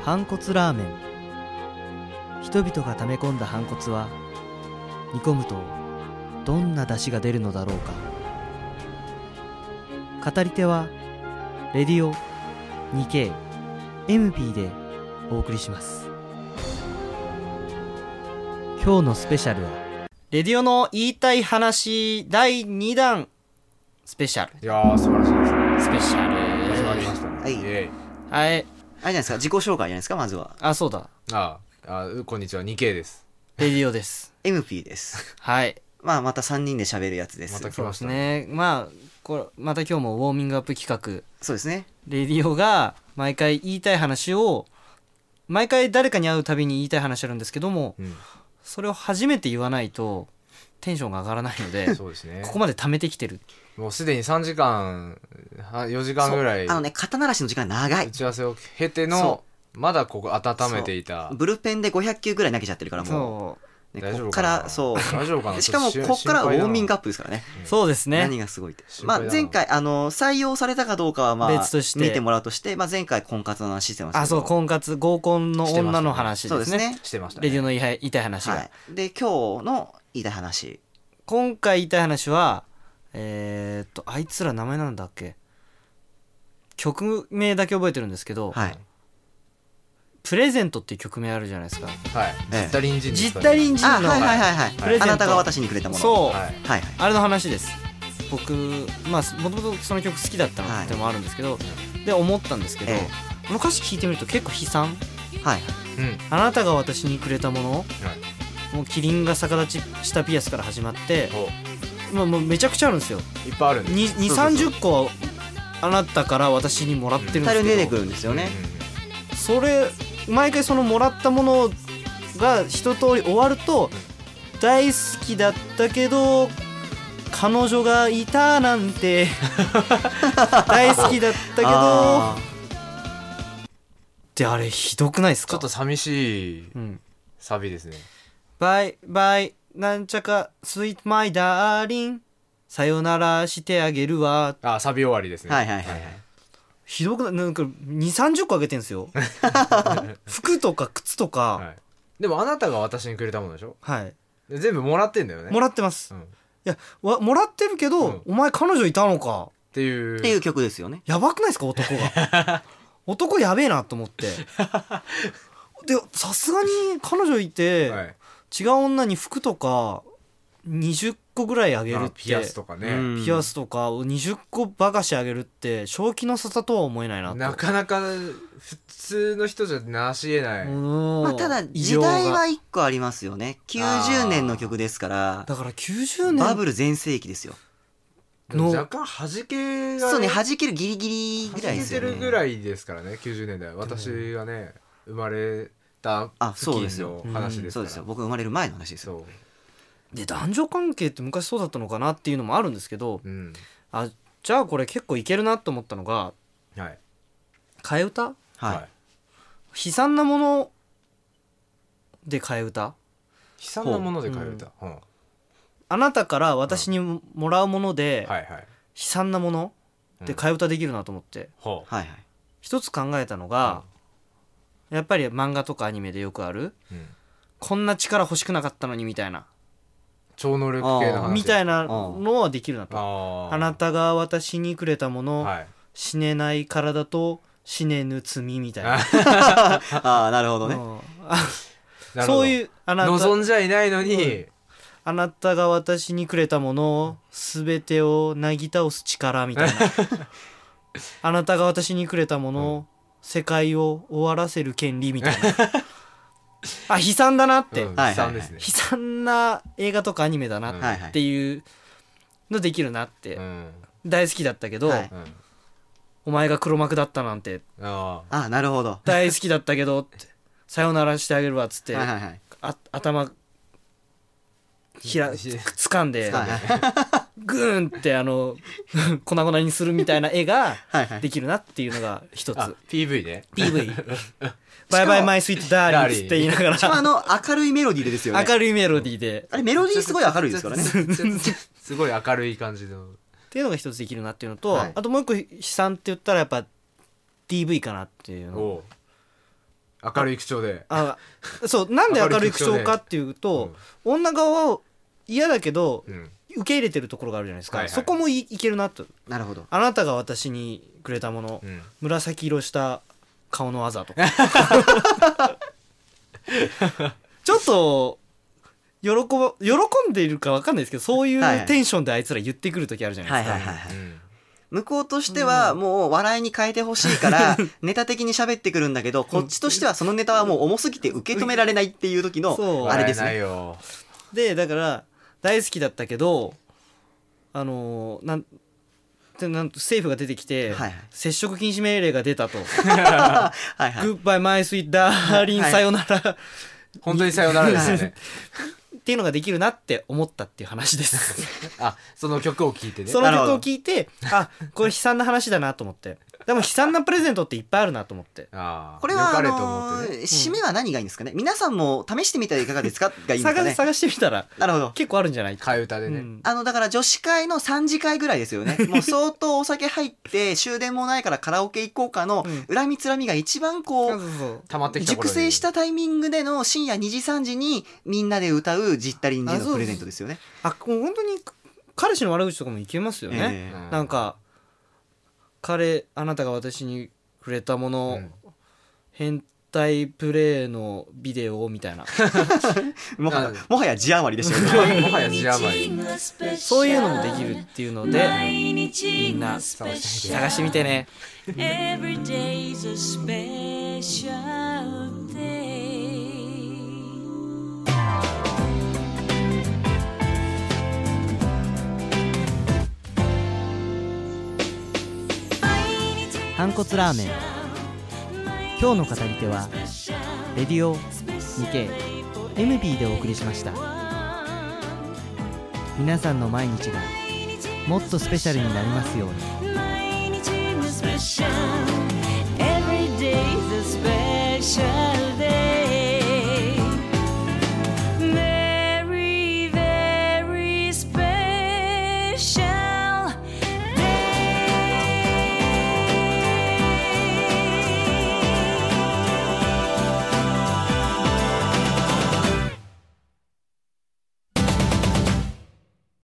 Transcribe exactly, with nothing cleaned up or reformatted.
反骨ラーメン。人々が溜め込んだ反骨は煮込むとどんな出汁が出るのだろうか。語り手はレディオ ツーケー エムピー でお送りします。今日のスペシャルはレディオの言いたい話だいにだんスペシャル。 いやー素晴らしいですね。 スペシャル始まりましたね。 はいイエイ。 はい。 あれじゃないですか、自己紹介じゃないですか。まずはあ、そうだ、 ああ、あこんにちは ツーケー です。 レディオです。 エムピー です。 はい。 まあまたさんにんで喋るやつです。 また来そうでましたすね。まあこれまた今日もウォーミングアップ企画、 そうですね。 レディオが毎回言いたい話を毎回誰かに会うたびに言いたい話あるんですけども、 うん、 それを初めて言わないとテンションが上がらないのでそうですね。 ここまで貯めてきてる。 もうすでにさんじかんよじかんぐらいあのね、肩慣らしの時間長い。 打ち合わせを経てのそまだここ温めていた。 ブルペンでごひゃくきゅうぐらい投げちゃってるからもそうね、 大丈夫かなこっからそう大丈夫かなしかもちょっとこっからウォーミングア心配だなップですからね。 うそうですね。 何がすごいってまあ心配だな前回あの採用されたかどうかはまあ別として見てもらうとして、まあ前回婚活の話してますけど。 あ、そう、婚活合コンの女の話ですね。 そうですね。 してましたね。 レディオの言いたい言いたい話が、 はい。で今日の言いたい話。 今回言いたい話はえー、っとあいつら名前なんだっけ、曲名だけ覚えてるんですけど、 はい。 プレゼントっていう曲名あるじゃないですか。 はい。 ええジッタリンジンですジッかねタリンジンの、 あ、はいはいはいはい。 プレゼントあなたが私にくれたもの。 そう、 はい。 はいはい。 あれの話です。僕まあもともとその曲好きだったのってもあるんですけど、で思ったんですけど、 えこの歌詞聞いてみると結構悲惨。 はい。 うん。 あなたが私にくれたもの、 はい。 もうキリンが逆立ちしたピアスから始まって、 おまあ、もうめちゃくちゃあるんですよ。 いっぱいあるんです。 ににさんじゅっこあなたから私にもらってるんですけど、 大量に出てくるんですよね。 それ毎回そのもらったものが一通り終わると、大好きだったけど彼女がいたなんて大好きだったけどあってあれひどくないですか。 ちょっと寂しいうん、 サビですね。 バイバイなんちゃかスイートマイダーリンさよならしてあげるわ。 あ、サビ終わりですね。 はいはいはいはい。 ひどくない？なんかにさんじゅっこあげてんすよ服とか靴とか、 はい。でもあなたが私にくれたものでしょ。 はい、 で全部もらってんだよね。 もらってます、 うん。っいやわもらってるけど、 うんお前彼女いたのか、 ていう。 っていう曲ですよね。 やばくないですか男が男やべえなと思ってでさすがに彼女いて、 はい。 違う女に服とかにじゅっこぐらいあげるって、 あピアスとかね。 うんピアスとかをにじゅっこばかしあげるって正気の沙汰とは思えないなと。 なかなか普通の人じゃなし得ない。 うんまあただ異常が時代はいっこありますよね。きゅうじゅうねんの曲ですからだからきゅうじゅうねんバブル全盛期ですよ。 の若干弾けがそうね、弾けるギリギリぐらい弾けてですよね。 るぐらいですからね。きゅうじゅうねんだい私がね生まれたあ付そうですよ近の話ですから。 そうですよ。僕生まれる前の話ですよ。 そう。 で男女関係って昔そうだったのかなっていうのもあるんですけど、 うん。 あじゃあこれ結構いけるなと思ったのがはい。 替え歌、 はい。 悲惨なもので替え歌、 悲惨なもので替え歌。うん。はあなたから私にもらうもので、 いはい。 悲惨なもので替え歌できるなと思って、 ほう。 はいはい。 一つ考えたのが、やっぱり漫画とかアニメでよくある、 うん。 こんな力欲しくなかったのにみたいな超能力系の話。 みたいなのはできるなと。 あーあなたが私にくれたもの、 はい。 死ねない体と死ねぬ罪みたいな、 ああ、なるほどね。 うんあなるほどそういうあなた望んじゃいないのに、 あなたが私にくれたもの全てをなぎ倒す力みたいなあなたが私にくれたもの、うん、世界を終わらせる権利みたいなあ、悲惨だなって、 うん、 はい悲惨ですね。 悲惨な映画とかアニメだなっていうのできるなって、 うん、 大好きだったけど、 はい、 うん、 お前が黒幕だったなんて、 ああ、なるほど。 大好きだったけどってさよならしてあげるわっつって、 はいはいはい、 あ頭ひら掴んで、 はいはい、 グーンってあの粉々にするみたいな絵ができるなっていうのが一つ。 あ ピーブイ ねピーブイ バイバイマイスイートダーリンって言いながら、 しかもあの明るいメロディーでですよね。 明るいメロディーで、 あれメロディーすごい明るいですからね。 すごい明るい感じのっていうのが一つできるなっていうのと、 はい、 あともう一個悲惨って言ったらやっぱ ディーブイ かなっていうの。 明るい口調であそうなんで明るい口調かっていうと、うん、女側は嫌だけど、うん、受け入れてるところがあるじゃないですか、はいはい、そこも い, いけるなと。 なるほど。 あなたが私にくれたもの、うん、紫色した顔のあざとかちょっと喜ば喜んでいるか分かんないですけど、そういうテンションであいつら言ってくる時あるじゃないですか、 はいはいはいはい、うん、向こうとしてはもう笑いに変えてほしいからネタ的に喋ってくるんだけど、こっちとしてはそのネタはもう重すぎて受け止められないっていう時のあれですね。 でだから大好きだったけど、あのー、なんでなんと政府が出てきて、はいはい、接触禁止命令が出たとはい、はい、グッバイマイスイッダーリンさよなら、はい、 本当にさよならですよねっていうのができるなって思ったっていう話ですあ、その曲を聴いてね。 その曲を聴いて、あ、これ悲惨な話だなと思って。でも悲惨なプレゼントっていっぱいあるなと思って。 あ、これはあのーね、締めは何がいいんですかね、うん、皆さんも試してみたらいかがですかがいいんですかね。 探してみたらなるほど結構あるんじゃない替え歌でね、 うん、 あのだから女子会のさん次会ぐらいですよねもう相当お酒入って終電もないからカラオケ行こうかの恨みつらみが一番こう溜まってきた頃に熟成したタイミングでの深夜にじさんじにみんなで歌うジッタリンジのプレゼントですよね。 あ、もう本当に彼氏の悪口とかもいけますよね、えー、なんか彼あなたが私に触れたもの、うん、変態プレイのビデオみたいなもはやもはや字余りでしたよねもはや字余りそういうのもできるっていうのでみんな探してみてねEvery day's a special day 反骨ラーメン。今日の語り手はレディオ にケー エムビー でお送りしました。皆さんの毎日がもっとスペシャルになりますように。